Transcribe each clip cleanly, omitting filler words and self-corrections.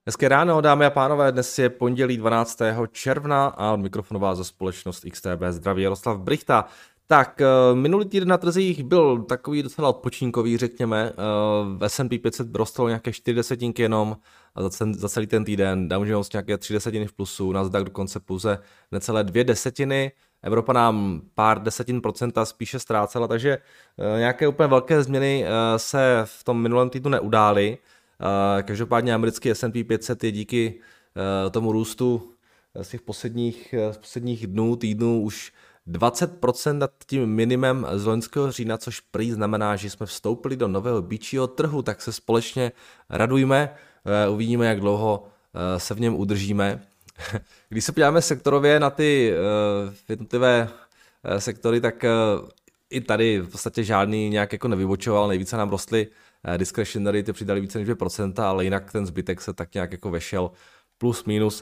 Hezké ráno, dámy a pánové, dnes je pondělí 12. června a od mikrofonu vás za společnost XTB zdraví Jaroslav Brychta. Tak, minulý týden na trzích byl takový docela odpočinkový, řekněme. V S&P 500 rostlo nějaké 4 desetinky jenom za celý ten týden. Dow Jones nějaké 3 desetiny v plusu, Nasdaq dokonce pouze necelé 2 desetiny. Evropa nám pár desetin procenta spíše ztrácela, takže nějaké úplně velké změny se v tom minulém týdnu neudály. Každopádně americký S&P 500 je díky tomu růstu z těch posledních dnů, týdnů už 20% nad tím minimem z loňského října, což prý znamená, že jsme vstoupili do nového býčího trhu, tak se společně radujme, uvidíme, jak dlouho se v něm udržíme. Když se podíváme sektorově na ty jednotlivé sektory, tak i tady v podstatě žádný nějak jako nevybočoval, nejvíce nám rostly discretionary, ty přidali více než 2%, ale jinak ten zbytek se tak nějak jako vešel plus minus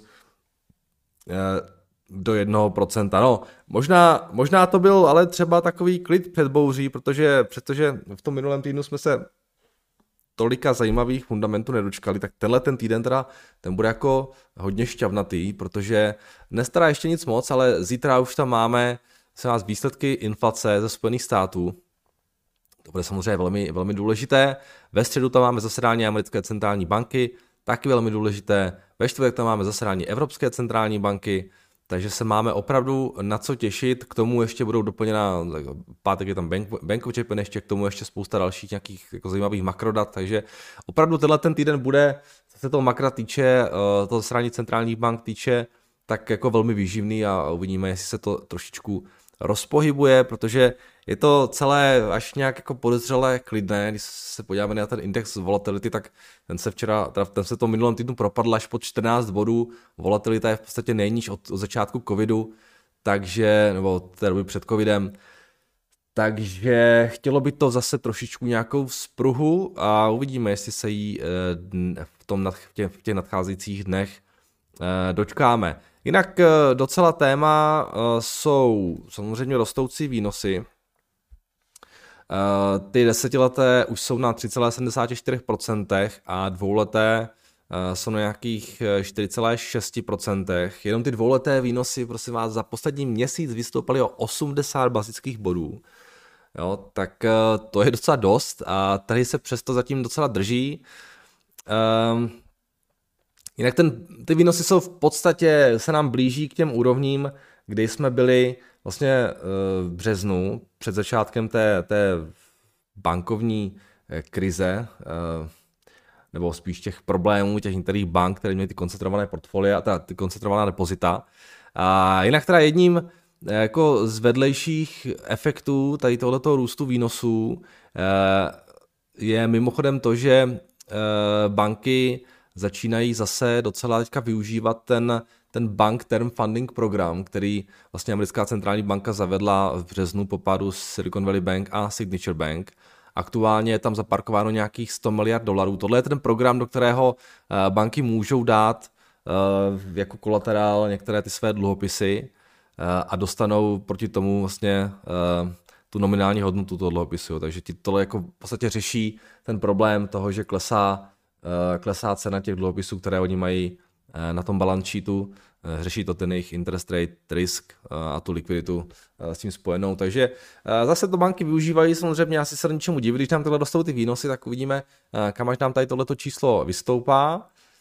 do 1%. No, možná to byl ale třeba takový klid před bouří, protože v tom minulém týdnu jsme se tolika zajímavých fundamentů nedočkali, tak tenhle ten týden teda ten bude jako hodně šťavnatý, protože dnes teda ještě nic moc, ale zítra už tam máme výsledky inflace ze Spojených států. To bude samozřejmě velmi, velmi důležité. Ve středu tam máme zasedání americké centrální banky, taky velmi důležité. Ve čtvrtek tam máme zasedání Evropské centrální banky, takže se máme opravdu na co těšit. K tomu ještě budou doplněna, pátek je tam Bank of Japan, ještě k tomu ještě spousta dalších nějakých jako zajímavých makrodat, takže opravdu tenhle ten týden bude, co se toho makra týče, toho zasedání centrálních bank týče, tak jako velmi výživný a uvidíme, jestli se to trošičku rozpohybuje, protože je to celé až nějak jako podezřelé klidné. Když se podíváme na ten index volatility, tak ten se to minulém týdnu propadl až pod 14 bodů. Volatilita je v podstatě nejníž od začátku covidu, nebo té doby před covidem. Takže chtělo by to zase trošičku nějakou spruhu a uvidíme, jestli se jí v těch nadcházejících dnech dočkáme. Jinak docela téma jsou samozřejmě rostoucí výnosy. Ty desetileté už jsou na 3,74% a dvouleté jsou na nějakých 4,6%. Jenom ty dvouleté výnosy, prosím vás, za poslední měsíc vystoupily o 80 bazických bodů. Jo, tak to je docela dost a tady se přesto zatím docela drží. Jinak ty výnosy jsou v podstatě, se nám blíží k těm úrovním, kdy jsme byli vlastně v březnu, před začátkem té bankovní krize, nebo spíš těch problémů těch některých bank, které měly ty koncentrované portfolia, ty koncentrovaná depozita. A jinak teda jedním jako z vedlejších efektů tady tohoto růstu výnosů je mimochodem to, že banky začínají zase docela teďka využívat ten Bank Term Funding program, který vlastně americká centrální banka zavedla v březnu po pádu Silicon Valley Bank a Signature Bank. Aktuálně je tam zaparkováno nějakých $100 miliard. Tohle je ten program, do kterého banky můžou dát jako kolaterál některé ty své dluhopisy a dostanou proti tomu vlastně tu nominální hodnotu toho dluhopisu. Takže tohle jako v podstatě řeší ten problém toho, že klesá cena těch dluhopisů, které oni mají na tom balance sheetu, řeší to ten jejich interest rate risk a tu likviditu s tím spojenou. Takže zase to banky využívají, samozřejmě asi se ničemu divit, když nám tohle dostanou ty výnosy, tak uvidíme, kam až nám tady tohleto číslo vystoupá.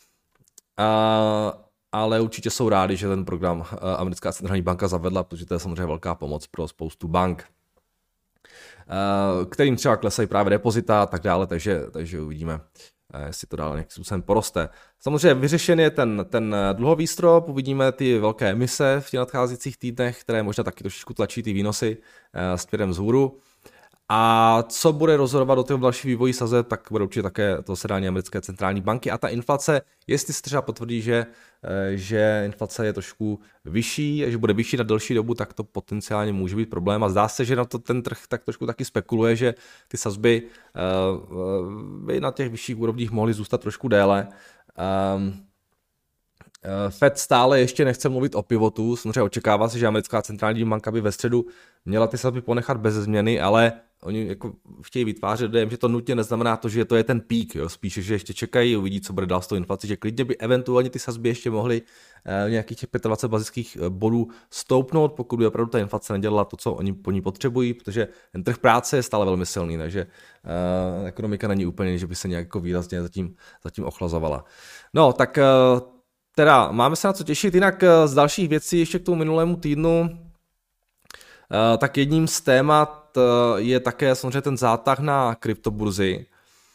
Ale určitě jsou rádi, že ten program americká centrální banka zavedla, protože to je samozřejmě velká pomoc pro spoustu bank, kterým třeba klesají právě depozita a tak dále, takže uvidíme, jestli to dál nějakým způsobem poroste. Samozřejmě vyřešen je ten dluhový strop, uvidíme ty velké emise v těch nadcházejících týdnech, které možná taky trošičku tlačí ty výnosy směrem vzhůru. A co bude rozhodovat o tom další vývoji sazeb, tak bude určitě také to zasedání americké centrální banky a ta inflace, jestli se třeba potvrdí, že inflace je trošku vyšší a že bude vyšší na delší dobu, tak to potenciálně může být problém a zdá se, že na to ten trh tak trošku taky spekuluje, že ty sazby by na těch vyšších úrovních mohly zůstat trošku déle. Fed stále ještě nechce mluvit o pivotu, samozřejmě očekává se, že americká centrální banka by ve středu měla ty sazby ponechat bez změny, ale oni jako chtějí vytvářet dojem, že to nutně neznamená to, že to je ten pík, jo? Spíše, že ještě čekají, uvidí, co bude dál s tou inflací, že klidně by eventuálně ty sazby ještě mohly nějakých těch 25 bazických bodů stoupnout, pokud by opravdu ta inflace nedělala to, co oni po ní potřebují, protože ten trh práce je stále velmi silný, takže ekonomika není úplně, že by se nějak jako výrazně zatím ochlazovala. No, tak teda máme se na co těšit, jinak z dalších věcí ještě k tomu minulému týdnu, tak jedním z témat je také samozřejmě ten zátah na kryptoburzy.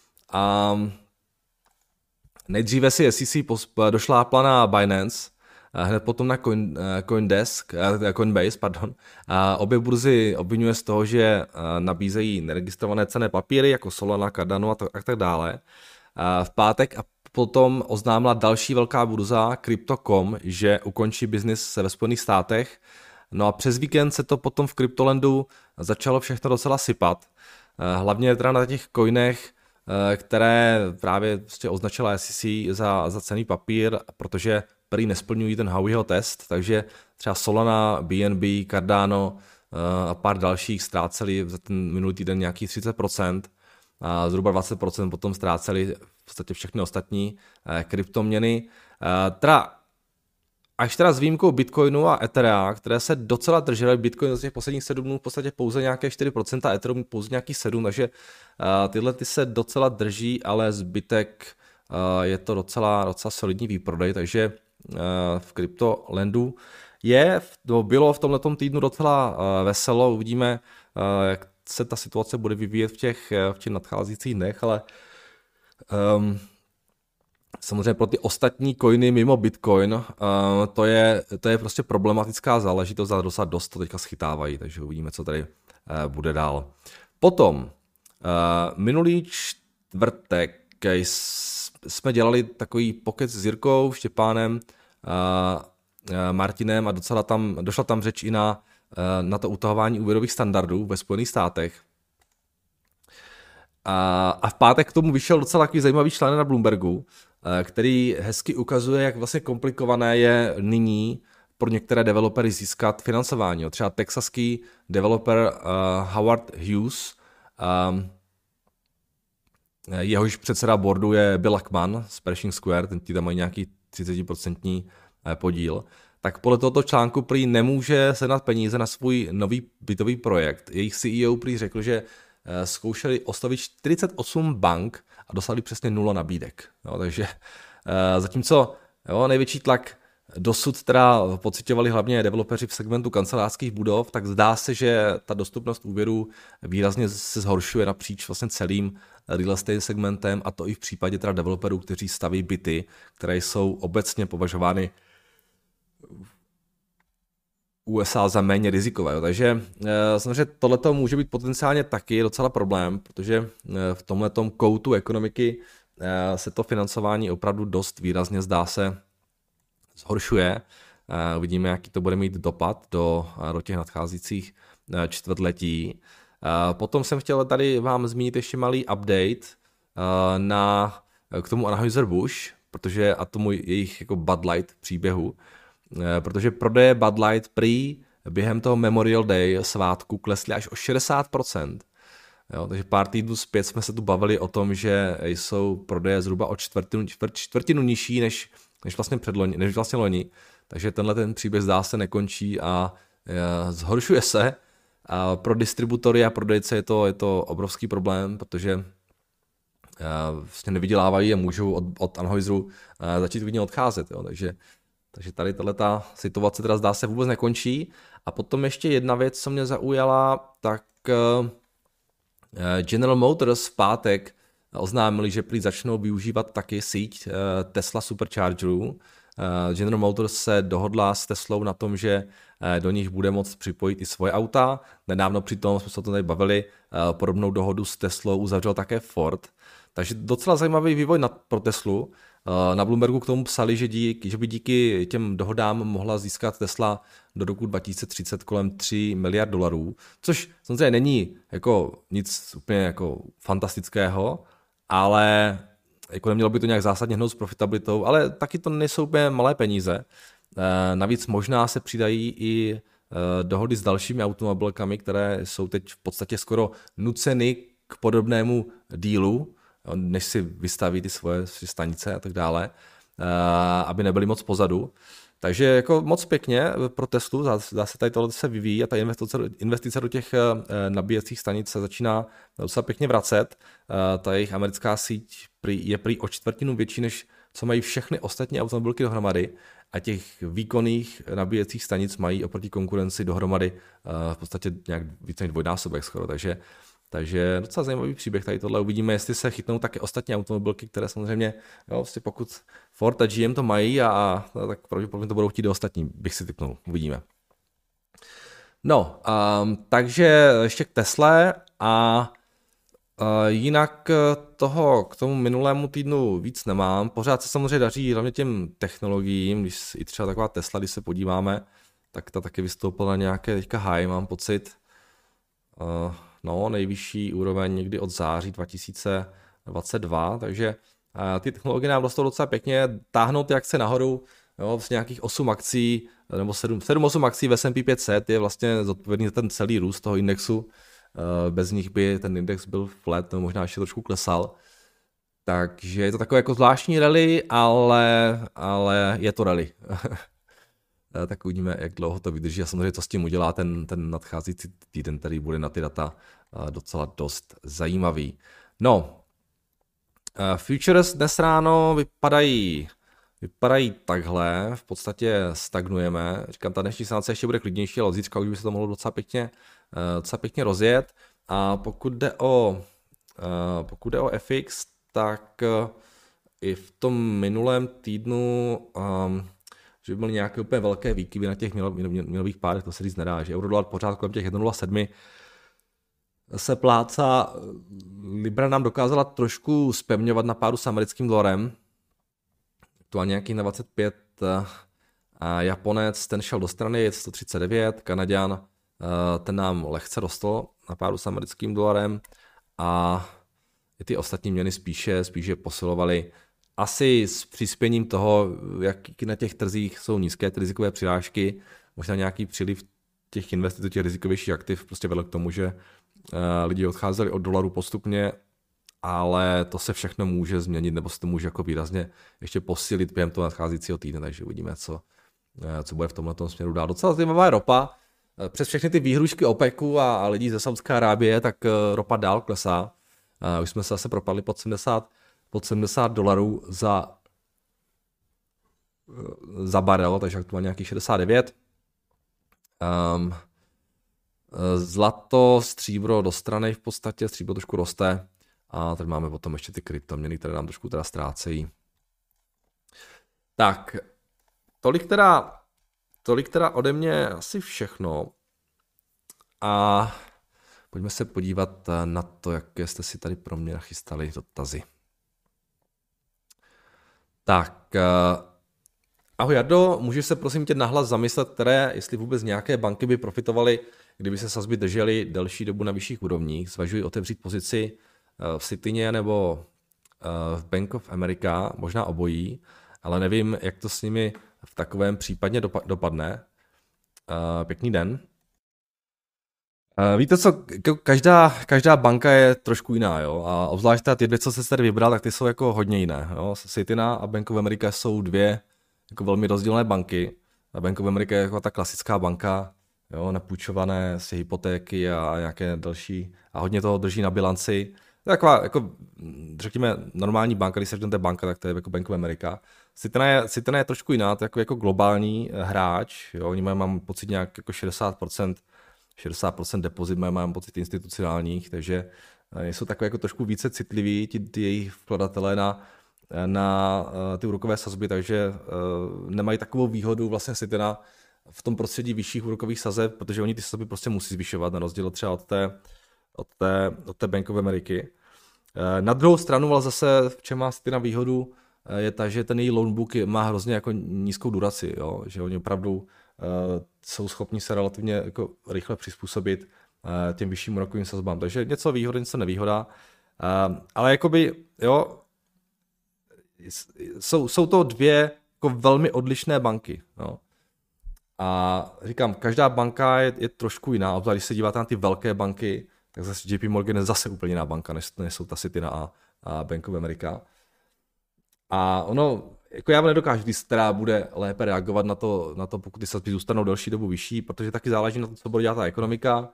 Nejdříve si SEC došlápla na Binance, hned potom na Coinbase, pardon. Obě burzy obviňuje z toho, že nabízejí neregistrované cenné papíry jako Solana, Cardano a tak dále. V pátek a potom oznámila další velká burza Crypto.com, že ukončí biznis ve Spojených státech. No a přes víkend se to potom v Cryptolandu začalo všechno docela sypat. Hlavně teda na těch coinech, které právě prostě označila SEC za cenný papír, protože prý nesplňují ten Howeyho test, takže třeba Solana, BNB, Cardano a pár dalších ztráceli za ten minulý týden nějaký 30%, a zhruba 20% potom ztráceli v podstatě všechny ostatní kryptoměny. Až teda s výjimkou Bitcoinu a Ethera, které se docela držely, Bitcoin z těch posledních 7 dnů v podstatě pouze nějaké 4%, Ethereum pouze nějaký 7%, takže tyhle ty se docela drží, ale zbytek je to docela solidní výprodej, takže v Cryptolandu bylo v tomhletom týdnu docela veselo, uvidíme, jak se ta situace bude vyvíjet v těch nadcházejících dnech, ale samozřejmě pro ty ostatní coiny mimo Bitcoin, to je prostě problematická záležitost a docela dost to teďka schytávají, takže uvidíme, co tady bude dál. Potom, minulý čtvrtek jsme dělali takový pokec s Jirkou, Štěpánem, Martinem a došla tam řeč i na to utahování úvěrových standardů ve Spojených státech. A v pátek k tomu vyšel docela takový zajímavý článek na Bloombergu, který hezky ukazuje, jak vlastně komplikované je nyní pro některé developery získat financování. Třeba texaský developer Howard Hughes, jehož předseda boardu je Bill Ackman z Pershing Square, ti tam mají nějaký 30% podíl, tak podle tohoto článku prý nemůže sehnat peníze na svůj nový bytový projekt. Jejich CEO prý řekl, že zkoušeli oslovit 48 bank a dostali přesně 0 nabídek. Jo, takže zatímco největší tlak dosud teda pociťovali hlavně developeři v segmentu kancelářských budov, tak zdá se, že ta dostupnost úvěrů výrazně se zhoršuje napříč vlastně celým real estate segmentem, a to i v případě teda developerů, kteří staví byty, které jsou obecně považovány USA za méně rizikové. Jo. Takže samozřejmě tohleto může být potenciálně taky docela problém, protože v tomhletom koutu ekonomiky se to financování opravdu dost výrazně, zdá se, zhoršuje. Uvidíme, jaký to bude mít dopad do těch nadcházejících čtvrtletí. Potom jsem chtěl tady vám zmínit ještě malý update k tomu Anheuser-Busch, protože a tomu jejich jako Bud Light příběhu, protože prodeje Bud Light prý během toho Memorial Day svátku klesly až o 60%. Jo, takže pár týdnů zpět jsme se tu bavili o tom, že jsou prodeje zhruba o čtvrtinu nižší než vlastně loni. Takže tenhle ten příběh zdá se nekončí a zhoršuje se. A pro distributory a prodejce je to obrovský problém, protože vlastně nevydělávají a můžou od Anheuseru začít vidně odcházet. Jo. Takže tady tato situace teda zdá se vůbec nekončí. A potom ještě jedna věc, co mě zaujala, tak General Motors v pátek oznámili, že prý začnou využívat taky síť Tesla Superchargerů. General Motors se dohodla s Teslou na tom, že do nich bude moct připojit i svoje auta. Nedávno přitom jsme se o tom tady bavili, podobnou dohodu s Teslou uzavřel také Ford. Takže docela zajímavý vývoj pro Teslu. Na Bloombergu k tomu psali, že by díky těm dohodám mohla získat Tesla do roku 2030 kolem $3 miliard, což samozřejmě není jako nic úplně jako fantastického, ale jako nemělo by to nějak zásadně hnout s profitabilitou, ale taky to nejsou úplně malé peníze. Navíc možná se přidají i dohody s dalšími automobilkami, které jsou teď v podstatě skoro nuceny k podobnému dílu, než si vystaví ty svoje stanice a tak dále, aby nebyly moc pozadu. Takže jako moc pěkně pro Teslu, zase tady tohle se vyvíjí a ta investice do těch nabíjecích stanic se začíná docela pěkně vracet. Ta jejich americká síť je prý o čtvrtinu větší, než co mají všechny ostatní automobilky dohromady a těch výkonných nabíjecích stanic mají oproti konkurenci dohromady v podstatě nějak více než dvojnásobek skoro, takže docela zajímavý příběh tady tohle. Uvidíme, jestli se chytnou také ostatní automobilky, které samozřejmě, jo, vlastně pokud Ford a GM to mají, tak pravděpodobně to budou chtít do ostatní, bych si typnul. Uvidíme. No, takže ještě k Tesle a jinak k tomu minulému týdnu víc nemám. Pořád se samozřejmě daří hlavně těm technologiím, když i třeba taková Tesla, když se podíváme, tak ta taky vystoupila na nějaké teďka high, mám pocit. Nejvyšší úroveň někdy od září 2022, takže ty technologie nám rostou docela pěkně, táhnou ty akce nahoru, jo, z nějakých 8 akcí, nebo 7-8 akcí v S&P 500 je vlastně zodpovědný za ten celý růst toho indexu, bez nich by ten index byl flat, nebo možná ještě trošku klesal, takže je to takové jako zvláštní rally, ale je to rally. Tak uvidíme, jak dlouho to vydrží a samozřejmě, co s tím udělá ten nadcházející týden, který bude na ty data docela dost zajímavý. No, futures dnes ráno vypadají takhle, v podstatě stagnujeme. Říkám, ta dnešní seance ještě bude klidnější, ale od zítřka už by se to mohlo docela pěkně rozjet. A pokud jde o FX, tak i v tom minulém týdnu že by byly nějaké úplně velké výkyvy na těch měnových párech, to se říct nedá, že eurodolar pořád kolem těch 1,07 se plácá. Libra nám dokázala trošku zpevňovat na páru s americkým dolarem, to a nějaký na 25, a Japonec, ten šel do strany, je 139, Kanaďan, ten nám lehce rostl na páru s americkým dolarem a i ty ostatní měny spíše posilovaly. Asi s přispěním toho, jak na těch trzích jsou nízké ty rizikové přirážky, možná nějaký příliv těch investic do těch rizikovějších aktiv prostě vedl k tomu, že lidi odcházeli od dolaru postupně, ale to se všechno může změnit, nebo se to může jako výrazně ještě posílit během toho nadcházejícího týdne, takže uvidíme, co bude v tomhle směru dál. Docela zajímavá je ropa. Přes všechny ty výhrušky OPECu a lidí ze Saudské Arábie, tak ropa dál klesá. Už jsme se zase propadli pod $70 za barel, takže aktuálně nějaký 69. Zlato, stříbro do strany v podstatě, stříbro trošku roste a tady máme potom ještě ty kryptoměny, které nám trošku teda ztrácejí. Tak, tolik teda ode mě asi všechno a pojďme se podívat na to, jaké jste si tady pro mě nachystali dotazy. Tak, ahoj Jardo, můžeš se prosím tě nahlas zamyslet, jestli vůbec nějaké banky by profitovaly, kdyby se sazby držely delší dobu na vyšších úrovních. Zvažuji otevřít pozici v Cityně nebo v Bank of America, možná obojí, ale nevím, jak to s nimi v takovém případně dopadne. Pěkný den. Víte co, každá banka je trošku jiná, jo, a obzvlášť ty dvě, co se tady vybral, tak ty jsou jako hodně jiné, jo. Cityna a Bank of America jsou dvě jako velmi rozdílné banky. A Bank of America je jako ta klasická banka, jo, napůjčované si hypotéky a nějaké další a hodně toho drží na bilanci. To je taková, jako, řekněme, normální banka, když se řeknete banka, tak to je jako Bank of America. Cityna je trošku jiná, to je jako globální hráč, jo, oni mám pocit nějak jako 60% depozit mám pocit institucionálních, takže jsou takové jako trošku více citliví ty jejich vkladatelé na ty úrokové sazby, takže nemají takovou výhodu vlastně Cityna v tom prostředí vyšších úrokových sazeb, protože oni ty sazby prostě musí zvyšovat, na rozdíl třeba od té Bank of Ameriky. Na druhou stranu, ale zase v čem má Cityna výhodu, je ta, že ten její loan book má hrozně jako nízkou duraci, jo? Že oni opravdu jsou schopni se relativně jako rychle přizpůsobit těm vyšším úrokovým sazbám. Takže něco výhoda, něco nevýhoda. Ale jakoby, jo, jsou to dvě jako velmi odlišné banky. No. A říkám, každá banka je trošku jiná, obzvlášť když se díváte na ty velké banky, tak zase JP Morgan je zase úplně jiná banka, než jsou ta Citi a Bank of America. A ono, jako já nedokážu říct, která bude lépe reagovat na to, pokud ty sazby zůstanou delší dobu vyšší, protože taky záleží na tom, co bude dělat ta ekonomika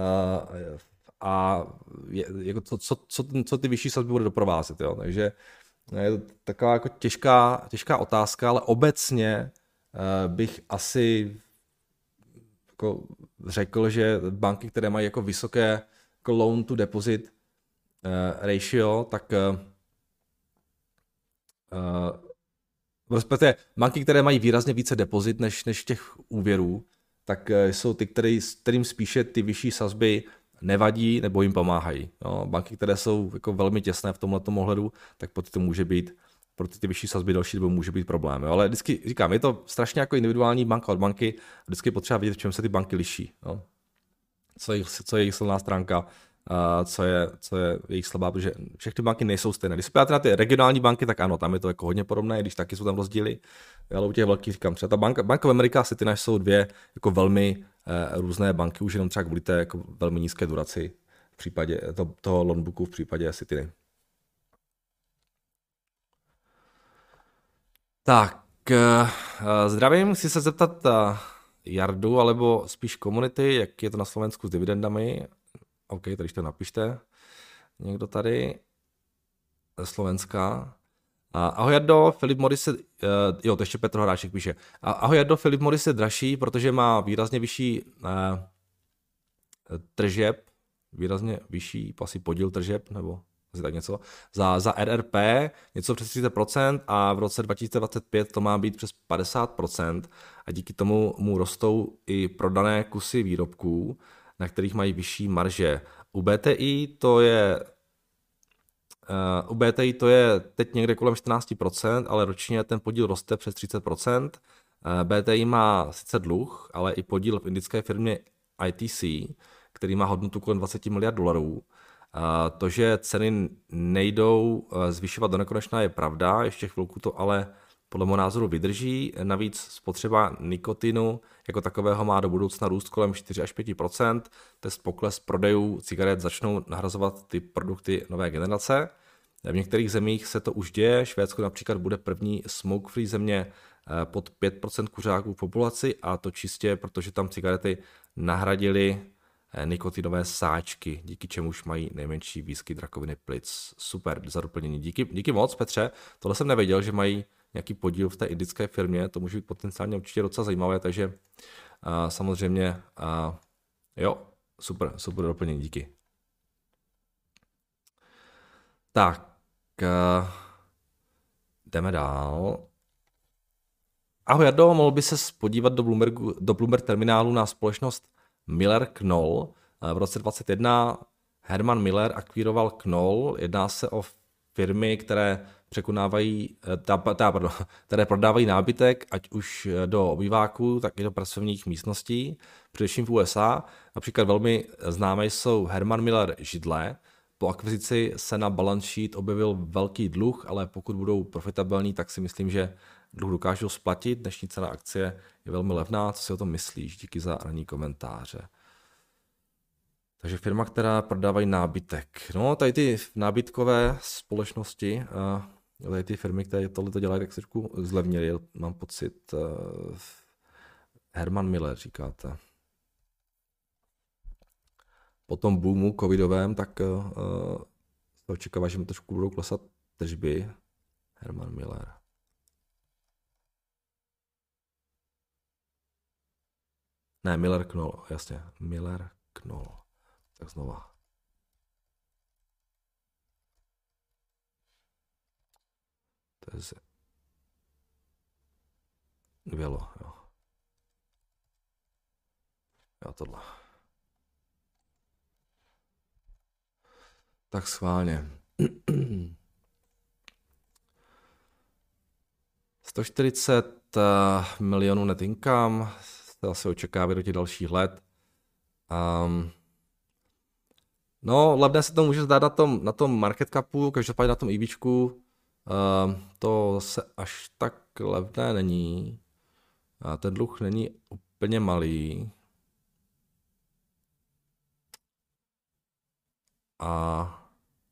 a jako co ty vyšší sazby bude doprovázet. Jo. Takže je to taková jako těžká otázka, ale obecně bych asi jako řekl, že banky, které mají jako vysoké jako loan to deposit ratio, tak respektive banky, které mají výrazně více depozit než těch úvěrů, tak jsou ty, kterým spíše ty vyšší sazby nevadí nebo jim pomáhají. No, banky, které jsou jako velmi těsné v tomhletom ohledu, tak pro ty může být, pro ty vyšší sazby další dobu může být problém. Jo. Ale vždycky říkám, je to strašně jako individuální banka od banky, vždycky je potřeba vidět, v čem se ty banky liší. No. Co je jejich silná stránka, co je jejich slabá, protože všechny banky nejsou stejné. Když se podíváte na ty regionální banky, tak ano, tam je to jako hodně podobné, když taky jsou tam rozdíly, ale u těch velkých říkám, třeba ta Bank of America a Citi jsou dvě jako velmi různé banky, už jenom třeba kvůli té jako velmi nízké duraci v případě toho loanbooku v případě Citi. Tak, zdravím, chci se zeptat Jardu, alebo spíš komunity, jak je to na Slovensku s dividendami. OK, tady to napište. Někdo tady ze Slovenska. Ahoj Jardo, Philip Morris jo, to ještě Petr Horáček píše. Ahoj Jardo, Philip Morris je dražší, protože má výrazně vyšší tržeb, výrazně vyšší asi podíl tržeb, nebo asi tak něco, za RRP něco přes 30% a v roce 2025 to má být přes 50% a díky tomu mu rostou i prodané kusy výrobků, na kterých mají vyšší marže. U BTI to je teď někde kolem 14%, ale ročně ten podíl roste přes 30%. BTI má sice dluh, ale i podíl v indické firmě ITC, který má hodnotu kolem 20 miliard dolarů. To, že ceny nejdou zvyšovat do nekonečna, je pravda, ještě chvilku to ale podle mého názoru vydrží. Navíc spotřeba nikotinu jako takového má do budoucna růst kolem 4 až 5%. Test pokles prodejů cigaret začnou nahrazovat ty produkty nové generace. V některých zemích se to už děje. Švédsko například bude první smoke-free země pod 5% kuřáků v populaci a to čistě, protože tam cigarety nahradily nikotinové sáčky, díky čemuž mají nejmenší výskyt rakoviny plic. Super, za doplnění. Díky moc, Petře. Tohle jsem nevěděl, že mají nějaký podíl v té indické firmě, to může být potenciálně určitě docela zajímavé, takže samozřejmě jo, super doplnění, díky. Tak, jdeme dál. Ahoj Jardo, mohl by se podívat do Bloomberg terminálu na společnost Miller Knoll. V roce 2021 Herman Miller akvíroval Knoll. Jedná se o firmy, které které prodávají nábytek, ať už do obýváků, tak i do pracovních místností, především v USA. Například velmi známé jsou Herman Miller židle. Po akvizici se na balance sheet objevil velký dluh, ale pokud budou profitabilní, tak si myslím, že dluh dokážou splatit. Dnešní cena akcie je velmi levná. Co si o tom myslíš? Díky za ranní komentáře. Takže firma, která prodávají nábytek. No, tady ty nábytkové společnosti, tady ty firmy, které tohle dělají, tak se trošku zlevnily, mám pocit. Herman Miller, říkáte. Po tom boomu covidovém, tak se očekává, že mi trošku budou klesat tržby. Herman Miller. Ne, Miller Knoll, jasně. Miller Knoll. Tak znova. To je Gvělo, jo. Jo, tohle. Tak schválně. 140 milionů net income, to asi očekává do těch dalších let. No, levné se to může zdát na tom market capu, každopádně na tom EVčku To se až tak levné není. Ten dluh není úplně malý. A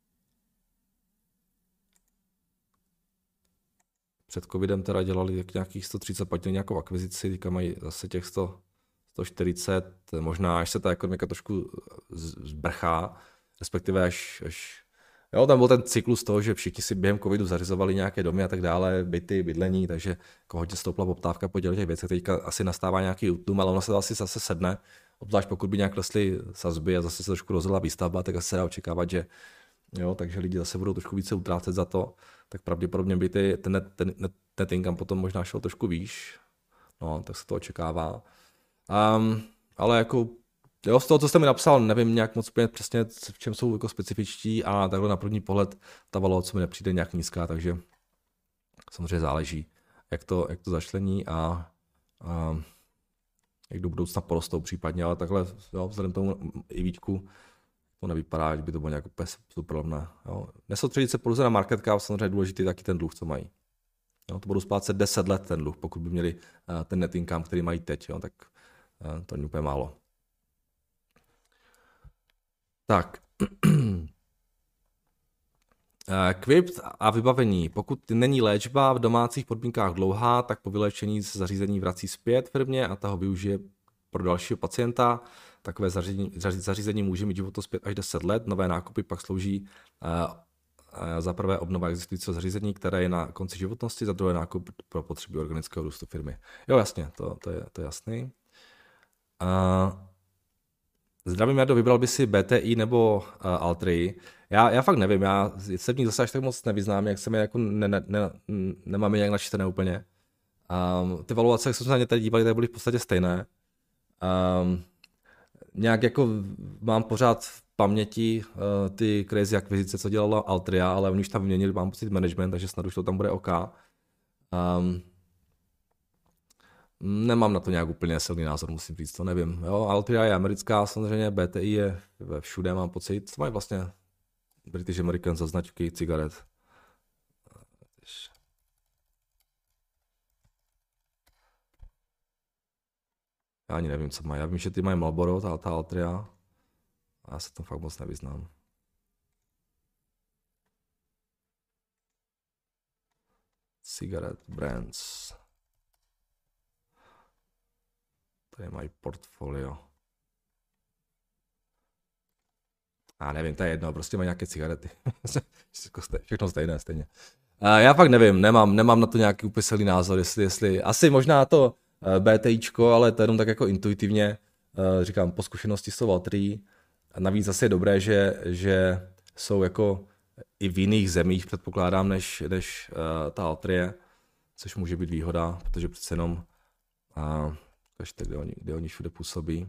před covidem teda dělali nějakých 130, pak nějakou akvizici, teďka mají zase těch 140, možná až se ta ekonomika trošku zbrchá, respektive až jo, tam byl ten cyklus toho, že všichni si během covidu zařizovali nějaké domy a tak dále, byty, bydlení, takže jako hodně stoupla poptávka po těch věcech, teďka asi nastává nějaký útlum, ale ono se to asi zase sedne, obzvlášť pokud by nějak klesly sazby a zase se trošku rozjela výstavba, tak asi se dá očekávat, že jo, takže lidi zase budou trošku více utrácet za to, tak pravděpodobně by ten net income potom možná šel trošku výš, no, tak se to očekává. Ale jako jo, z toho, co jste mi napsal, nevím nějak moc přesně, v čem jsou jako specifičtí a takhle na první pohled ta valuace mi nepřijde nějak nízká, takže samozřejmě záleží, jak to začlení a jak do budoucna porostou případně, ale takhle jo, vzhledem tomu i výčku to nevypadá, že by to bylo nějak úplně super levné. Nesoustředit se pouze na market cap, samozřejmě důležitý taky ten dluh, co mají. Jo, to budou splácet 10 let ten dluh, pokud by měli ten net income, který mají teď, jo, tak to není úplně málo. Tak. Equip a vybavení. Pokud není léčba v domácích podmínkách dlouhá, tak po vyléčení se zařízení vrací zpět firmě a ta ho využije pro dalšího pacienta. Takové zařízení může mít životnost až 10 let. Nové nákupy pak slouží za prvé obnova existujícího zařízení, které je na konci životnosti, za druhé nákup pro potřeby organického růstu firmy. Jo, jasně, to je jasný. Zdravím, Jardo, vybral by si BTI nebo Altrii. Já fakt nevím, já se v nich zase až tak moc nevyznám, jak se mi jako nemám je nějak načtené úplně. Ty valuace, jak jsme se na ně tady dívali, tak byly v podstatě stejné. Nějak jako mám pořád v paměti ty crazy akvizice, co dělala Altria, ale oni už tam vyměnili, mám pocit, management, takže snad už to tam bude OK. Nemám na to nějak úplně silný názor, musím říct, to nevím. Jo, Altria je americká, samozřejmě BTI je všude, mám pocit. Co mají vlastně British American za značky cigaret? Já ani nevím, co mají. Já vím, že ty mají Marlboro, ta Altria. A já se tam fakt moc nevyznám. Cigarette brands. Tady mají portfolio. Já nevím, to je jedno, prostě mají nějaké cigarety. Všechno stejně. Já fakt nevím, nemám na to nějaký úplně silný názor, jestli asi možná to BTIčko, ale to jenom tak jako intuitivně, říkám, po zkušenosti s tou Altrii. A navíc zase je dobré, že jsou jako i v jiných zemích, předpokládám, než ta Altrie, což může být výhoda, protože přece jenom kde oni všude působí.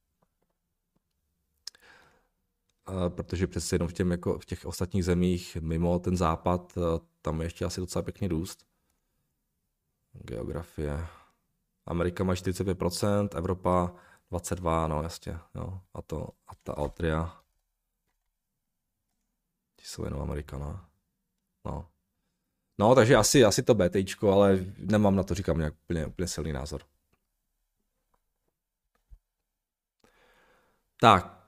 Protože přece jenom v těch ostatních zemích, mimo ten západ, tam je ještě asi docela pěkný růst. Geografie. Amerika má 45%, Evropa 22%, no jasně. No. A ta Altria, ti jsou jenom Amerikana. No, takže asi to BTIčko, ale nemám na to, říkám, nějak úplně silný názor. Tak.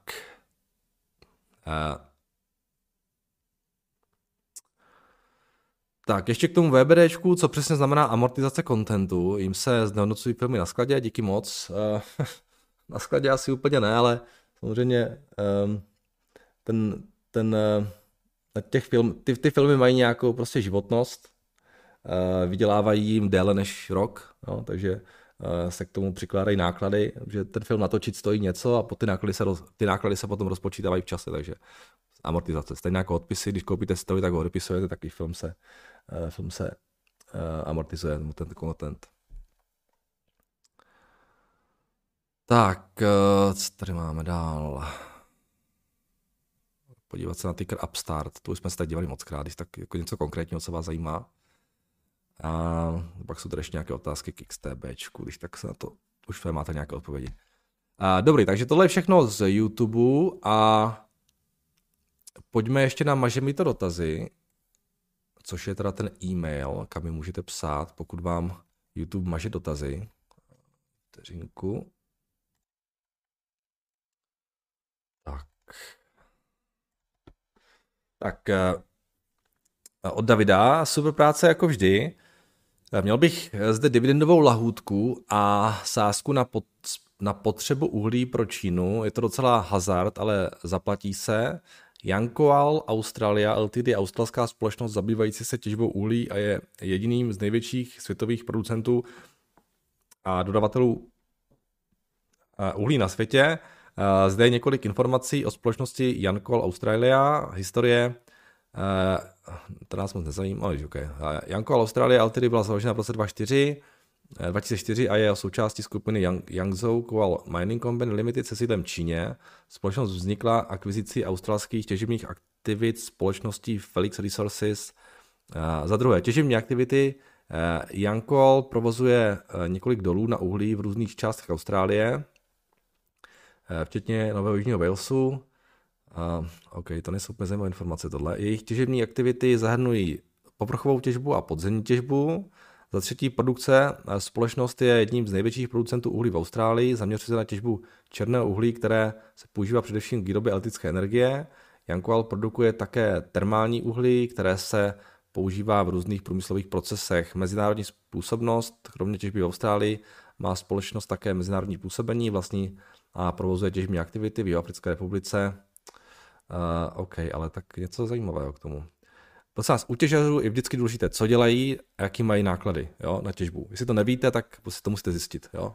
Tak, ještě k tomu VBDčku, co přesně znamená amortizace contentu. Jim se znehodnocují filmy na skladě, díky moc. Na skladě asi úplně ne, ale samozřejmě ty filmy mají nějakou prostě životnost, vydělávají jim déle než rok, no, takže se k tomu přikládají náklady, že ten film natočit stojí něco a ty náklady se potom rozpočítávají v čase, takže amortizace. Stejně jako odpisy, když koupíte stroj, tak ho odepisujete, taky film se amortizuje, ten content. Tak, co tady máme dál? Podívat se na ticker Upstart, to už jsme se tady dívali mockrát, když tak jako něco konkrétního, co vás zajímá. A pak jsou tady ještě nějaké otázky k XTBčku, když tak se na to už máte nějaké odpovědi. Dobrý, takže tohle je všechno z YouTube a pojďme ještě na Mažemito dotazy, což je teda ten e-mail, kam mi můžete psát, pokud vám YouTube maže dotazy. Vteřinku. Tak od Davida, super práce jako vždy. Měl bych zde dividendovou lahůdku a sázku na potřebu uhlí pro Čínu. Je to docela hazard, ale zaplatí se. Yancoal Australia Ltd. Australská společnost zabývající se těžbou uhlí a je jediným z největších světových producentů a dodavatelů uhlí na světě. Zde je několik informací o společnosti Yancoal Australia, historie, to nás moc nezajímá, ale okay. Yancoal Australia Ltd. Byla založena v roce 2004 a je součástí skupiny Yangzhou Coal Mining Company Limited se sídlem v Číně. Společnost vznikla akvizicí australských těžebních aktivit společností Felix Resources. Za druhé, těžební aktivity Yancoal provozuje několik dolů na uhlí v různých částech Austrálie, včetně Nového Jižního Walesu. OK, to nejsou úplně zajímavé informace tohle. Jejich těžební aktivity zahrnují povrchovou těžbu a podzemní těžbu. Za třetí, produkce. Společnost je jedním z největších producentů uhlí v Austrálii, zaměřuje se na těžbu černého uhlí, které se používá především k výrobě elektrické energie. Yancoal produkuje také termální uhlí, které se používá v různých průmyslových procesech. Mezinárodní působnost, kromě těžby v Austrálii, má společnost také mezinárodní působení, vlastní a provozuje těžební aktivity v Jihoafrické republice. OK, ale tak něco zajímavého k tomu. Prosím vás, u těžařů je vždycky důležité, co dělají a jaký mají náklady, jo, na těžbu. Jestli to nevíte, tak prostě to musíte zjistit. Jo?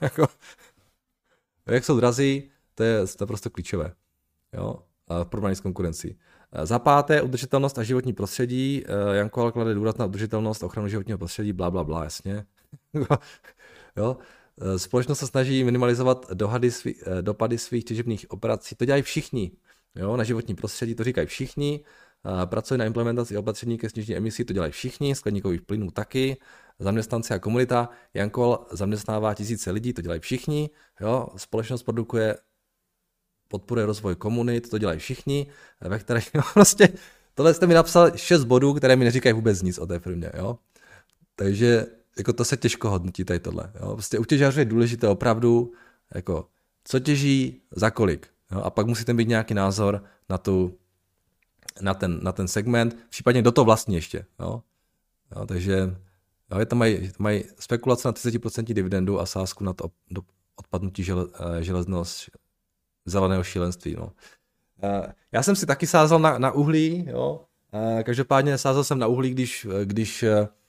Jak jsou drazí, to je prostě klíčové, jo, v porovnání s konkurencí. Za páté, udržitelnost a životní prostředí. Yancoal klade důraz na udržitelnost a ochranu životního prostředí, bla, jasně. Jo? Společnost se snaží minimalizovat dopady svých těžebních operací. To dělají všichni. Jo? Na životní prostředí to říkají všichni. Pracuje na implementaci opatření ke snížení emisí, to dělají všichni, skleníkových plynů taky, zaměstnanci a komunita. Yancoal zaměstnává tisíce lidí, to dělají všichni. Jo? Společnost podporuje rozvoj komunit, to dělají všichni, ve kterých prostě tohle jste mi napsal 6 bodů, které mi neříkají vůbec nic o té firmě. Jo? Takže jako to se těžko hodnotí tady tohle. Jo? Prostě u těžařů je důležité opravdu, jako, co těží, za kolik. Jo? A pak musíte mít nějaký názor na ten segment, případně kdo to vlastní ještě. Jo? Jo, takže jo, tam mají spekulace na 30% dividendu a sázku na to odpadnutí zeleného šílenství. No. Já jsem si taky sázal na uhlí, jo? Každopádně sázal jsem na uhlí, když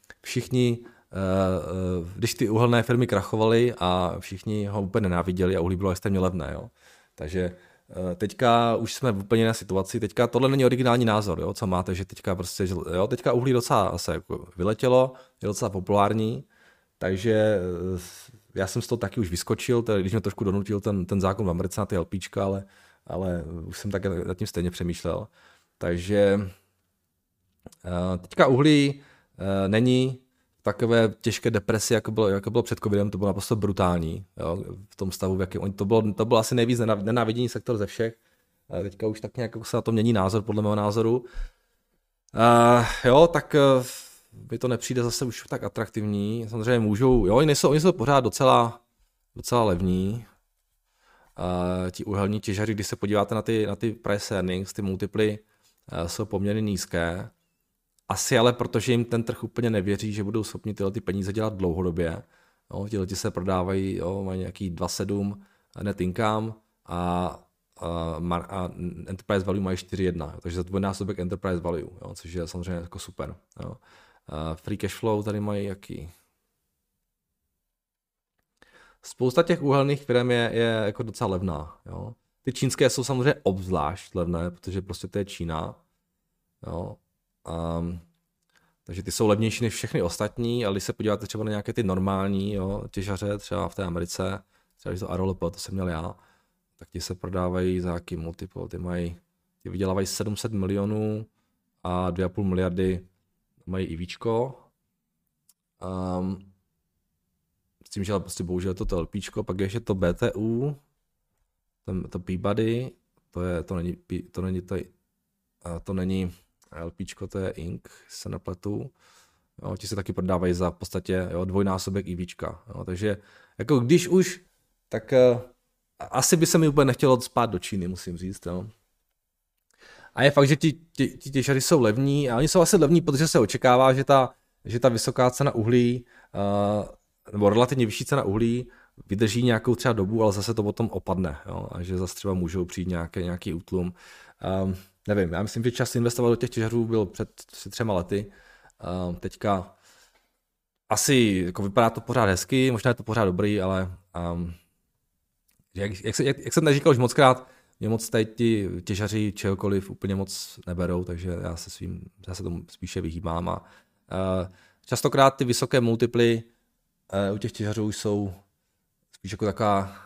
ty uhelné firmy krachovaly a všichni ho úplně nenáviděli a uhlí bylo extrémně levné. Jo? Takže teďka už jsme v úplně jiné situaci, teďka tohle není originální názor, jo, co máte, že teďka prostě, jo, teďka uhlí docela se jako vyletělo, je docela populární, takže já jsem z toho taky už vyskočil, tedy když mě trošku donutil ten zákon v Americe na ty LPčka, ale už jsem taky nad tím stejně přemýšlel, takže teďka uhlí není takové těžké depresi, jako bylo před covidem, to bylo naprosto brutální, jo, v tom stavu, v jakém to bylo asi nejvíc nenáviděný sektor ze všech. Teďka už tak nějak se na to mění názor, podle mého názoru. Jo, tak mi to nepřijde zase už tak atraktivní. Samozřejmě můžou, jo, oni jsou pořád docela levní. Ti uhelní těžaři, když se podíváte na ty price earnings, ty multiply jsou poměrně nízké. Asi ale protože jim ten trh úplně nevěří, že budou schopni tyhle ty peníze dělat dlouhodobě. No, ti lidi se prodávají, jo, mají nějaký 2,7 net income a enterprise value mají 4,1, takže za dvojnásobek enterprise value, jo, což je samozřejmě jako super. Jo. Free cash flow tady mají jaký? Spousta těch uhelných firm je jako docela levná. Jo. Ty čínské jsou samozřejmě obzvlášť levné, protože prostě to je Čína. Jo. Takže ty jsou levnější než všechny ostatní, ale když se podíváte třeba na nějaké ty normální, jo, těžaře, třeba v té Americe, třeba když to Arolep, to jsem měl já, tak ti se prodávají za jaký multiple, ty vydělávají 700 milionů a 2,5 miliardy mají i víčko. S tím, že prostě bohužel to LPčko, pak ještě to BTU, to Peabody, to není LPčko, to je Inc, se nepletu. Jo, ti se taky prodávají za v podstatě dvojnásobek EVčka. Jo, takže jako když už, tak asi by se mi úplně nechtělo spát do Číny, musím říct. Jo. A je fakt, že ti těžaři jsou levní a oni jsou asi levní, protože se očekává, že ta vysoká cena uhlí nebo relativně vyšší cena uhlí vydrží nějakou třeba dobu, ale zase to potom opadne. Jo, a že zase třeba můžou přijít nějaký útlum. Nevím, já myslím, že čas investovat do těch těžařů byl před 3 lety. Teďka asi jako vypadá to pořád hezky, možná je to pořád dobrý, ale jak jsem říkal už mockrát, mě moc tady ti těžaři čehokoliv úplně moc neberou, takže já se tomu spíše vyhýbám. A častokrát ty vysoké multiply u těch těžařů jsou spíš jako taková,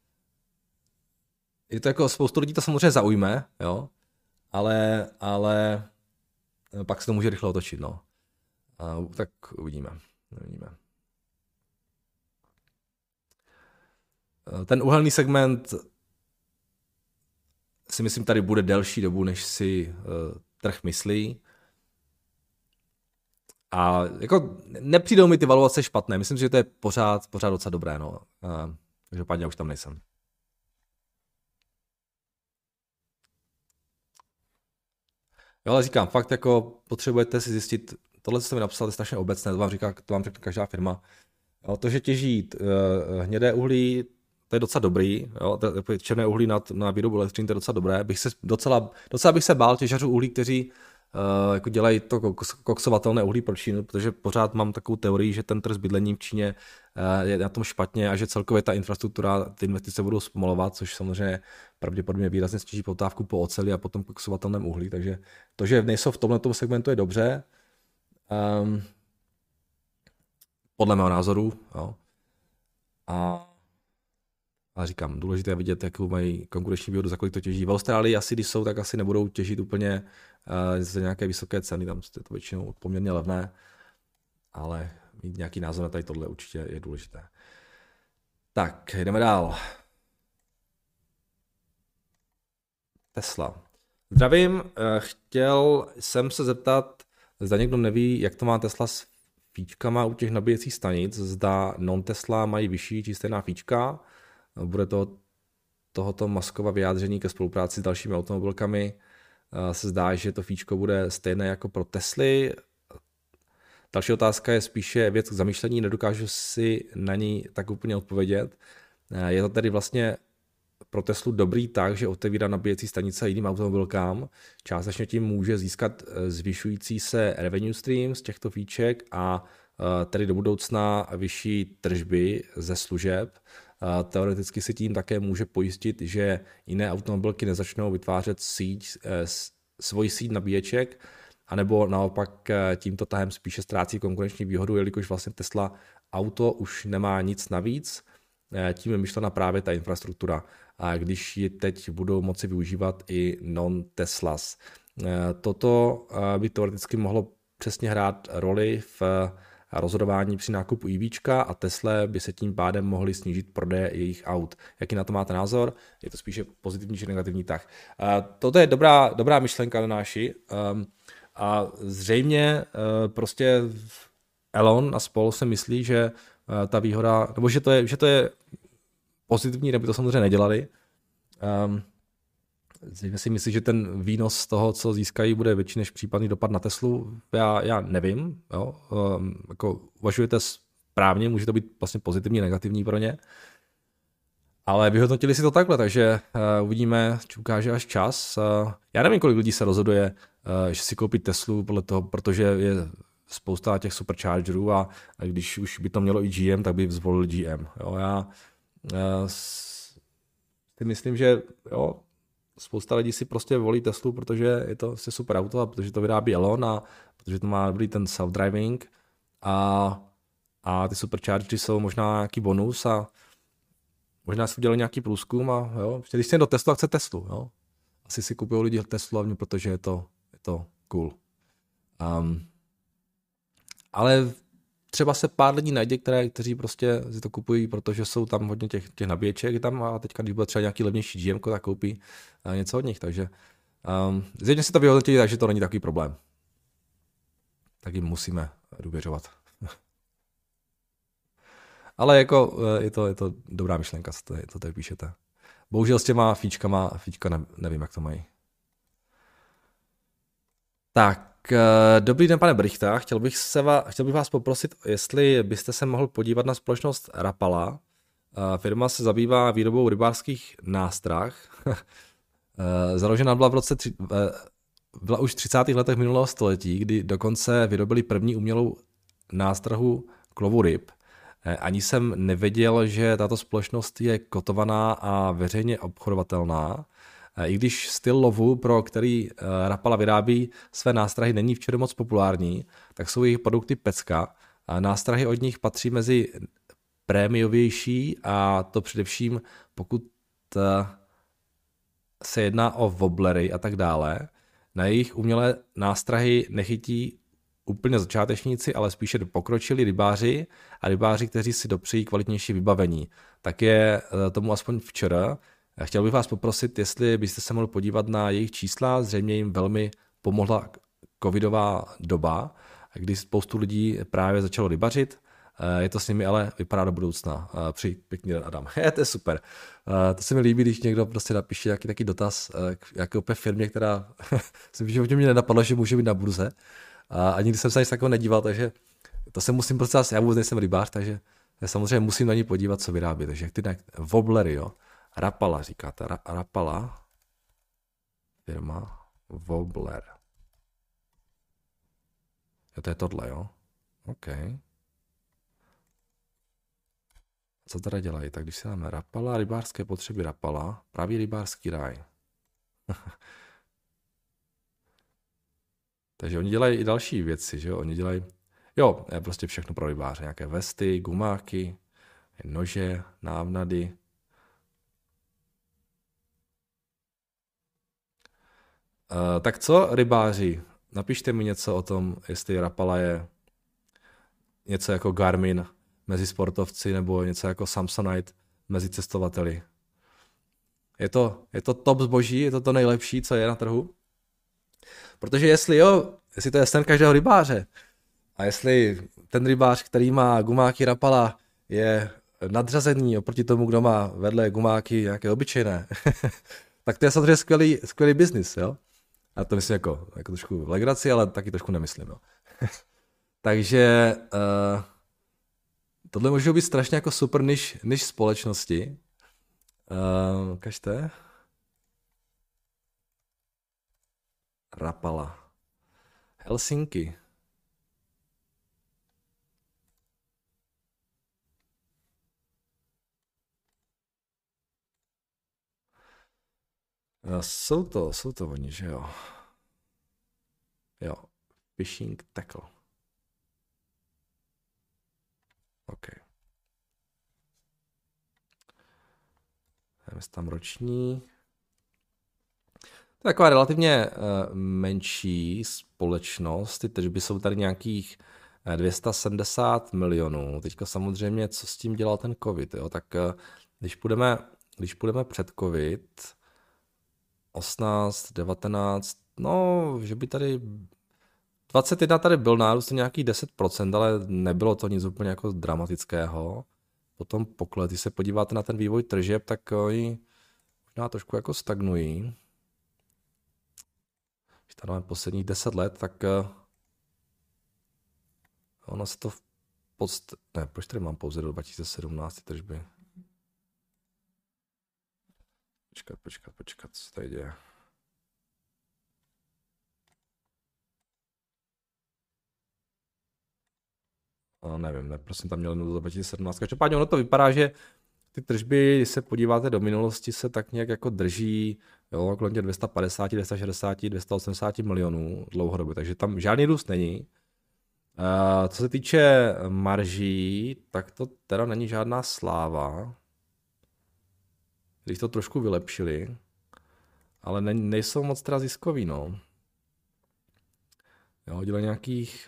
je to jako spoustu lidí to samozřejmě zaujme, jo, ale pak se to může rychle otočit, no. Tak uvidíme. Ten uhelný segment si myslím tady bude delší dobu, než si trh myslí. A jako nepřijdou mi ty valuace špatné, myslím si, že to je pořád docela dobré, no. Takže pádně už tam nejsem. Jo, ale říkám, fakt jako potřebujete si zjistit, tohle, co jste mi napsal, je strašně obecné, to vám řekne každá firma. Jo, to, že těží hnědé uhlí, to je docela dobrý, jo, černé uhlí na výrobu elektřiny, to je docela dobré. Docela bych se bál těžařů uhlí, kteří jako dělají to koksovatelné uhlí pro Čínu, protože pořád mám takovou teorii, že ten trh s bydlením v Číně je na tom špatně a že celkově ta infrastruktura, ty investice budou zpomalovat, což samozřejmě pravděpodobně výrazně sníží poptávku po oceli a potom koksovatelném uhlí, takže to, že nejsou v tomto segmentu, je dobře. Podle mého názoru, jo. Ale říkám, důležité je vidět, jakou mají konkurenční výhodu, za kolik to těží. V Austrálii asi, když jsou, tak asi nebudou těžit úplně za nějaké vysoké ceny, tam je to většinou poměrně levné, ale mít nějaký názor na tady tohle určitě je důležité. Tak, jdeme dál. Tesla. Zdravím, chtěl jsem se zeptat, zda někdo neví, jak to má Tesla s fíčkama u těch nabíjecích stanic, zda non-Tesla mají vyšší či stejná fíčka. Bude to tohoto Muskova vyjádření ke spolupráci s dalšími automobilkami. Se zdá, že to fíčko bude stejné jako pro Tesly. Další otázka je spíše věc k zamýšlení, nedokážu si na ní tak úplně odpovědět. Je to tedy vlastně pro Teslu dobrý tak, že otevírá nabíjecí stanice jiným automobilkám. Částečně tím může získat zvyšující se revenue stream z těchto fíček a tedy do budoucna vyšší tržby ze služeb. Teoreticky si tím také může pojistit, že jiné automobilky nezačnou vytvářet svoji síť nabíječek, anebo naopak tímto tahem spíše ztrácí konkurenční výhodu, jelikož vlastně Tesla auto už nemá nic navíc. Tím je myšlena právě ta infrastruktura, a když ji teď budou moci využívat i non-Teslas. Toto by teoreticky mohlo přesně hrát roli v rozhodování při nákupu EVčka a Tesla by se tím pádem mohly snížit prodeje jejich aut. Jaký na to máte názor? Je to spíše pozitivní či negativní tah? Toto je dobrá myšlenka, Donáši. A zřejmě prostě Elon a spol se myslí, že ta výhoda, nebo že to je pozitivní, nebo to samozřejmě nedělali. Zřejmě si myslí, že ten výnos z toho, co získají, bude větší než případný dopad na Teslu. Já nevím. Jo. Jako uvažujete správně, může to být vlastně pozitivní, negativní pro ně. Ale vyhodnotili si to takhle, takže uvidíme, či ukáže až čas. Já nevím, kolik lidí se rozhoduje, že si koupí Teslu podle toho, protože je spousta těch superchargerů a když už by to mělo i GM, tak by zvolil GM. Jo, já si myslím, že jo, spousta lidí si prostě volí Teslu, protože je to super auto a protože to vyrábí Elon a protože to má dobrý ten self-driving a ty superchargery jsou možná nějaký bonus a možná si udělali nějaký průzkum a jo, když jste do Teslu, tak chce Teslu. Jo. Asi si kupují lidi Teslu hlavně, protože je to cool. Ale třeba se pár lidí najde, kteří prostě si to kupují, protože jsou tam hodně těch nabíječek tam a teďka, když bude třeba nějaký levnější GM, tak koupí něco od nich, takže Zjevně si to vyhodnotili, takže to není takový problém. Tak jim musíme důvěřovat. Ale jako je to dobrá myšlenka, co tady píšete. Bohužel s těma fíčka nevím, jak to mají. Tak, dobrý den, pane Brichta. Chtěl bych vás poprosit, jestli byste se mohl podívat na společnost Rapala. Firma se zabývá výrobou rybářských nástrah. Založena byla už v 30. letech minulého století, kdy dokonce vyrobili první umělou nástrahu k lovu ryb. Ani jsem nevěděl, že tato společnost je kotovaná a veřejně obchodovatelná. I když styl lovu, pro který Rapala vyrábí své nástrahy, není včera moc populární, tak jsou jejich produkty pecka. Nástrahy od nich patří mezi prémiovější, a to především pokud se jedná o wobblery a tak dále. Na jejich umělé nástrahy nechytí úplně začátečníci, ale spíše pokročilí rybáři a rybáři, kteří si dopřejí kvalitnější vybavení. Tak je tomu aspoň včera. Chtěl bych vás poprosit, jestli byste se mohli podívat na jejich čísla, zřejmě jim velmi pomohla covidová doba, kdy spoustu lidí právě začalo rybařit. Je to s nimi, ale vypadá do budoucna. Přeji pěkný den, Adam. To je super. To se mi líbí, když někdo prostě napíše nějaký taky dotaz k jaké opět firmě, která si v životě mě nenapadlo, že může být na burze. A nikdy jsem se nic takového nedíval, takže to se musím prostě, já vůbec nejsem rybář, takže samozřejmě musím na ní podívat, co vyrábí. Takže ty wobblery, jo. Rapala říkáte, Rapala, firma Wobbler. Jo, to je tohle, jo. OK. Co teda dělají? Tak když si dáme Rapala, rybářské potřeby Rapala, pravý rybářský ráj. Takže oni dělají i další věci, že jo? Oni dělají, jo, prostě všechno pro rybáře. Nějaké vesty, gumáky, nože, návnady. Tak co, rybáři? Napište mi něco o tom, jestli Rapala je něco jako Garmin mezi sportovci nebo něco jako Samsonite mezi cestovateli. Je to top zboží, je to nejlepší, co je na trhu? Protože jestli to je sen každého rybáře a jestli ten rybář, který má gumáky Rapala, je nadřazený oproti tomu, kdo má vedle gumáky nějaké obyčejné, tak to je samozřejmě skvělý biznis, jo? A to myslím jako trošku v legraci, ale taky trošku nemyslím, jo. Takže tohle může být strašně jako super niž společnosti. Ukažte. Rapala. Helsinki. Jsou to oni, že jo? Jo. Fishing tackle. OK. Dáme tam roční. To je taková relativně menší společnost. Ty tržby jsou tady nějakých 270 milionů. Teďka samozřejmě, co s tím dělal ten covid, jo? Tak když půjdeme před covid, 18, 19, no, že by tady 21 tady byl nárůst nějakých 10%, ale nebylo to nic úplně jako dramatického. Potom pokles, když se podíváte na ten vývoj tržeb, tak oni možná trošku jako stagnují. Když tady máme posledních 10 let, tak ono se to ne, proč tady mám pouze do 2017 tržby? Počkat, co tady děje? Nevím, prosím, tam měl do 2017. Každopádně ono to vypadá, že ty tržby, když se podíváte do minulosti, se tak nějak jako drží, jo, kolem 250, 260, 280 milionů dlouhodobě, takže tam žádný růst není. Co se týče marží, tak to teda není žádná sláva. Když to trošku vylepšili, ale nejsou moc teda ziskový, no. Jo, dělají nějakých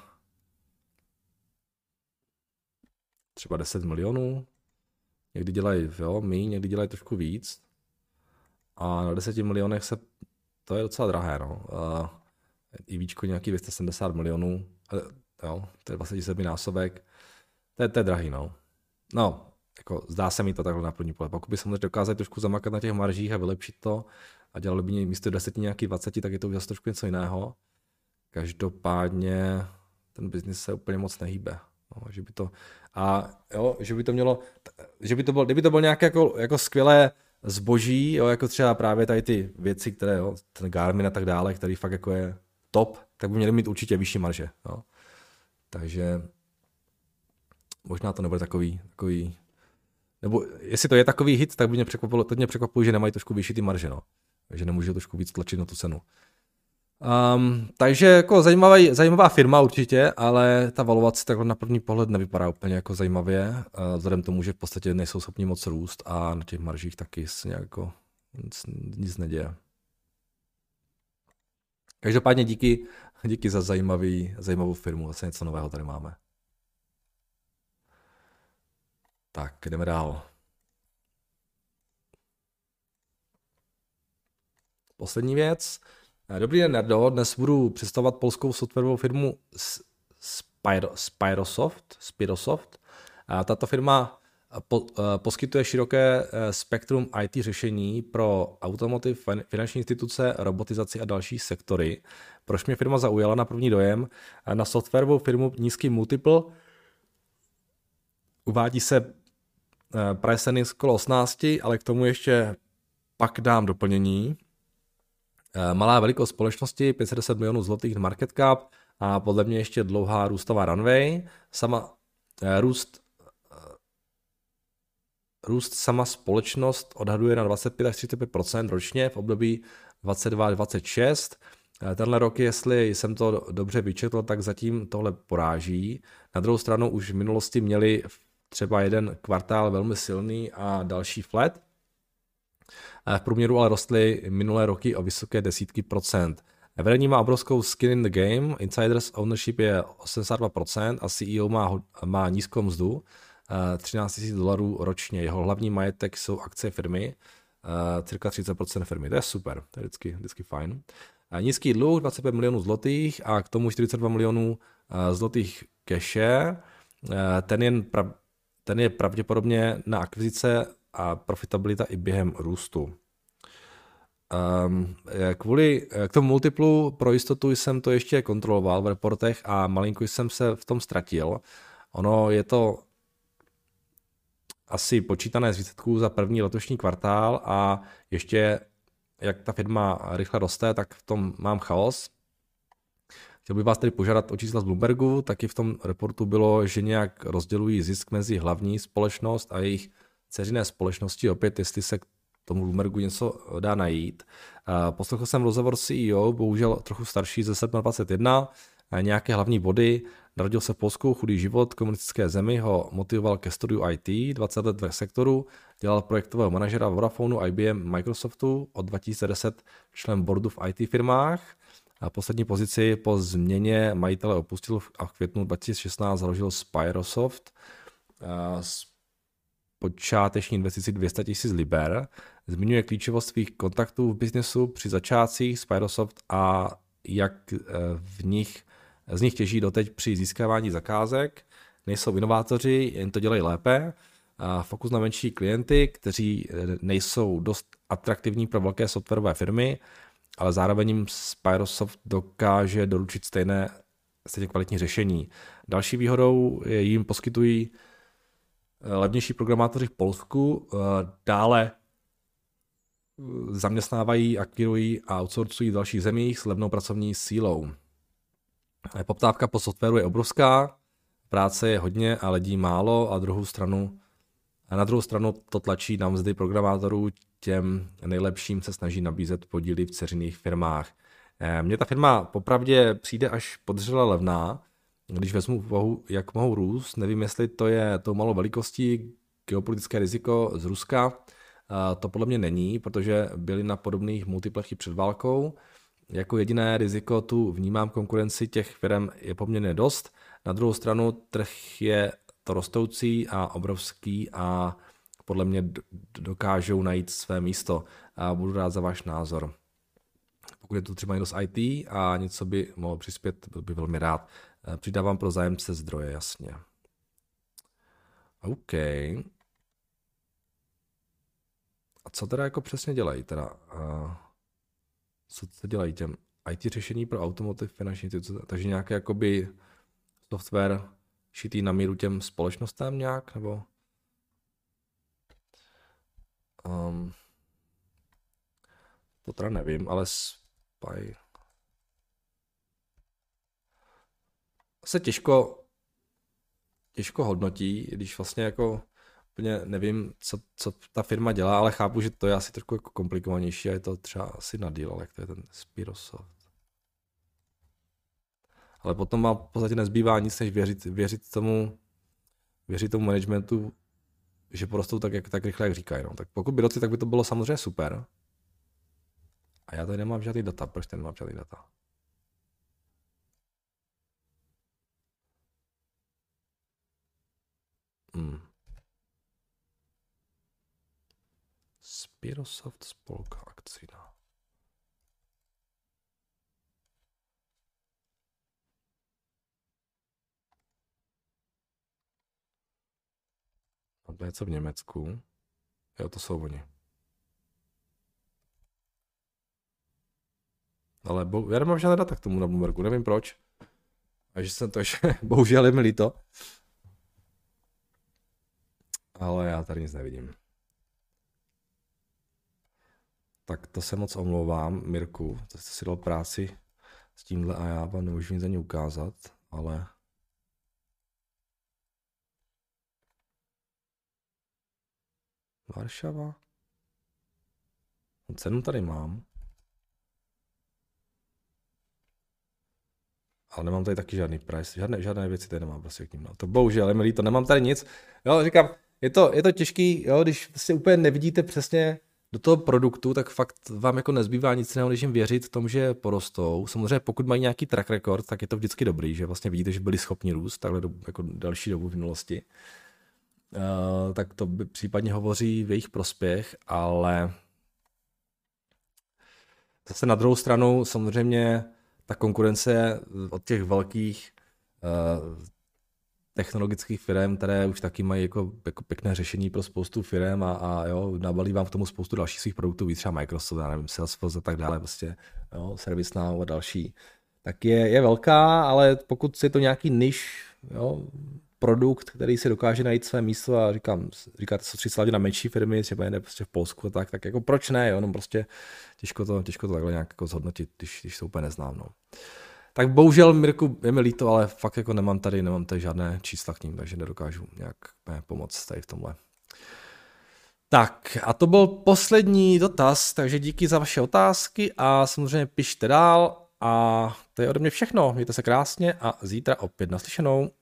třeba 10 milionů. Někdy dělají, jo, míň, někdy dělají trošku víc. A na 10 milionech se to je docela drahé, no. I víčko nějaký 270 milionů, jo, to je 27 násobek, to je drahý, no. No, jako zdá se mi to takhle na první pohled. Pokud by samozřejmě dokázali trošku zamakat na těch maržích a vylepšit to a dělali by místo 10 nějaký 20, tak je to už zase trošku něco jiného. Každopádně ten biznis se úplně moc nehýbe. No, že by to, a jo, že by to mělo, že by to bylo, kdyby to bylo nějaké jako skvělé zboží, jo, jako třeba právě tady ty věci, které, jo, ten Garmin a tak dále, který fakt jako je top, tak by měly mít určitě vyšší marže. Jo. Takže možná to nebude takový, nebo jestli to je takový hit, tak by mě překvapilo, teď mě překvapuje, že nemají trošku vyšší ty marže, no. Takže nemůže trošku víc tlačit na tu cenu. Takže jako zajímavá firma určitě, ale ta valuace takhle na první pohled nevypadá úplně jako zajímavě, vzhledem k tomu, že v podstatě nejsou schopni moc růst a na těch maržích taky se nějak jako nic neděje. Každopádně díky za zajímavou firmu, zase něco nového tady máme. Tak, jdeme dál. Poslední věc. Dobrý den, Nerdo. Dnes budu představovat polskou softwarovou firmu Spirosoft. Tato firma poskytuje široké spektrum IT řešení pro automotiv, finanční instituce, robotizaci a další sektory. Proč mě firma zaujala na první dojem? Na softwarovou firmu nízký multiple uvádí se price earnings okolo 18, ale k tomu ještě pak dám doplnění. Malá velikost společnosti, 510 milionů zlotých market cap a podle mě ještě dlouhá růstová runway. Růst sama společnost odhaduje na 25 až 35% ročně v období 22-26. Tenhle rok, jestli jsem to dobře vyčetl, tak zatím tohle poráží. Na druhou stranu už v minulosti měli třeba jeden kvartál velmi silný a další flat. V průměru ale rostly minulé roky o vysoké desítky procent. Vedení má obrovskou skin in the game, insiders ownership je 82% a CEO má nízkou mzdu, $13,000 ročně. Jeho hlavní majetek jsou akcie firmy, cirka 30% firmy. To je super, to je vždycky fajn. Nízký dluh, 25 milionů zlotých a k tomu 42 milionů zlotých cache. Ten je pravděpodobně na akvizice a profitabilita i během růstu. K tomu multiplu pro jistotu jsem to ještě kontroloval v reportech a malinko jsem se v tom ztratil. Ono je to asi počítané z výsledků za první letošní kvartál a ještě jak ta firma rychle roste, tak v tom mám chaos. Chtěl bych vás tedy požádat o čísla z Bloombergu, taky v tom reportu bylo, že nějak rozdělují zisk mezi hlavní společnost a jejich dceřiné společnosti, opět jestli se k tomu Bloombergu něco dá najít. Poslechl jsem rozhovor CEO, bohužel trochu starší ze srpna 2021, nějaké hlavní body. Narodil se v Polsku, chudý život, komunistické zemi ho motivoval ke studiu IT, 20 let ve sektoru, dělal projektového manažera v Vodafonu, IBM, Microsoftu, od 2010 člen boardu v IT firmách. A poslední pozici po změně majitele opustil a v květnu 2016 založil Spirosoft s počáteční investici 200 000 liber. Zmiňuje klíčovost svých kontaktů v biznesu při začátcích Spirosoft a jak z nich těží doteď při získávání zakázek. Nejsou inovátoři, jen to dělají lépe. Fokus na menší klienty, kteří nejsou dost atraktivní pro velké softwarové firmy, ale zároveň jim Spirosoft dokáže doručit stejně kvalitní řešení. Další výhodou je, jim poskytují levnější programátoři v Polsku, dále zaměstnávají, akvirují a outsourcují v dalších zemích s levnou pracovní sílou. Poptávka po softwaru je obrovská, práce je hodně a lidí málo a na druhou stranu to tlačí na mzdy programátorů, těm nejlepším se snaží nabízet podíly v dceřiných firmách. Mně ta firma popravdě přijde až podřela levná, když vezmu v úvahu, jak mohou růst. Nevím, jestli to je tou malou velikostí, geopolitické riziko z Ruska. To podle mě není, protože byli na podobných multiplech i před válkou. Jako jediné riziko tu vnímám konkurenci těch firm je poměrně dost. Na druhou stranu trh je to rostoucí a obrovský a podle mě dokážou najít své místo. A budu rád za váš názor. pokud je to třeba někdo z IT a něco by mohlo přispět, byl by velmi rád. Přidávám pro zájemce zdroje, jasně. OK. A co teda jako přesně dělají teda? Co to dělají těm IT řešení pro automotive finanční instituce? Takže nějaké jakoby software šitý na míru těm společnostem nějak, nebo? To teda nevím, ale spy... Se těžko hodnotí, když vlastně jako úplně nevím, co ta firma dělá, ale chápu, že to je asi trošku jako komplikovanější a je to třeba asi na deal, ale jak to je ten Spirosoft. Ale potom vám v podstatě nezbývá nic, než věřit tomu managementu, že porostou tak rychle, jak říkají. No. Tak pokud by roci, tak by to bylo samozřejmě super. A já tady nemám žádný data. Proč tady nemám žádný data? Spirosoft spolka akcina. A to je co v Německu. Jo, to jsou oni. Ale já nemám žádné data k tomu na Bloombergu, nevím proč. A že jsem to ještě, bohužel je mi líto. Ale já tady nic nevidím. Tak to se moc omlouvám, Mirku, to jste si dal práci s tímhle a já vám nemůžu nic ani ukázat, ale... Varšava? Cenu tady mám. Ale nemám tady taky žádný price, žádné věci tady nemám prostě k ním. No. To bohužel, je mi líto, nemám tady nic. Jo, říkám, je to těžký, jo, když si úplně nevidíte přesně do toho produktu, tak fakt vám jako nezbývá nic jiného, než jim věřit tomu, že porostou. Samozřejmě pokud mají nějaký track record, tak je to vždycky dobrý, že vlastně vidíte, že byli schopni růst takhle jako další dobu v minulosti. Tak to by případně hovoří v jejich prospěch, ale zase na druhou stranu samozřejmě ta konkurence od těch velkých technologických firm, které už taky mají jako pěkné řešení pro spoustu firm a jo, nabalí vám k tomu spoustu dalších svých produktů, víc třeba Microsoft, já nevím, Salesforce a tak dále, prostě, jo, ServiceNow a další, tak je velká, ale pokud si to nějaký niž, jo, produkt, který si dokáže najít své místo a říkáte, soustředit na menší firmy, třeba jen prostě v Polsku, tak jako proč ne, jo, no prostě těžko to takhle nějak jako zhodnotit, když se úplně neznám, no. Tak bohužel, Mirku, je mi líto, ale fakt jako nemám tady žádné čísla k ním, takže nedokážu nějak pomoct tady v tomhle. Tak a to byl poslední dotaz, takže díky za vaše otázky a samozřejmě pište dál a to je ode mě všechno. Mějte se krásně a zítra opět naslyšenou.